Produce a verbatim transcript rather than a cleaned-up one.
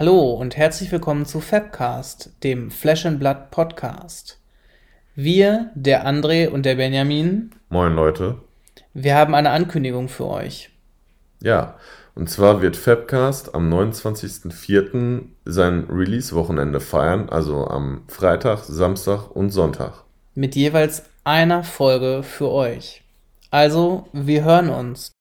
Hallo und herzlich willkommen zu Fabcast, dem Flesh and Blood Podcast. Wir, der André und der Benjamin, Moin Leute. wir haben eine Ankündigung für euch. Ja, und zwar wird Fabcast am neunundzwanzigsten vierten sein Release-Wochenende feiern, also am Freitag, Samstag und Sonntag. Mit jeweils einer Folge für euch. Also, wir hören uns.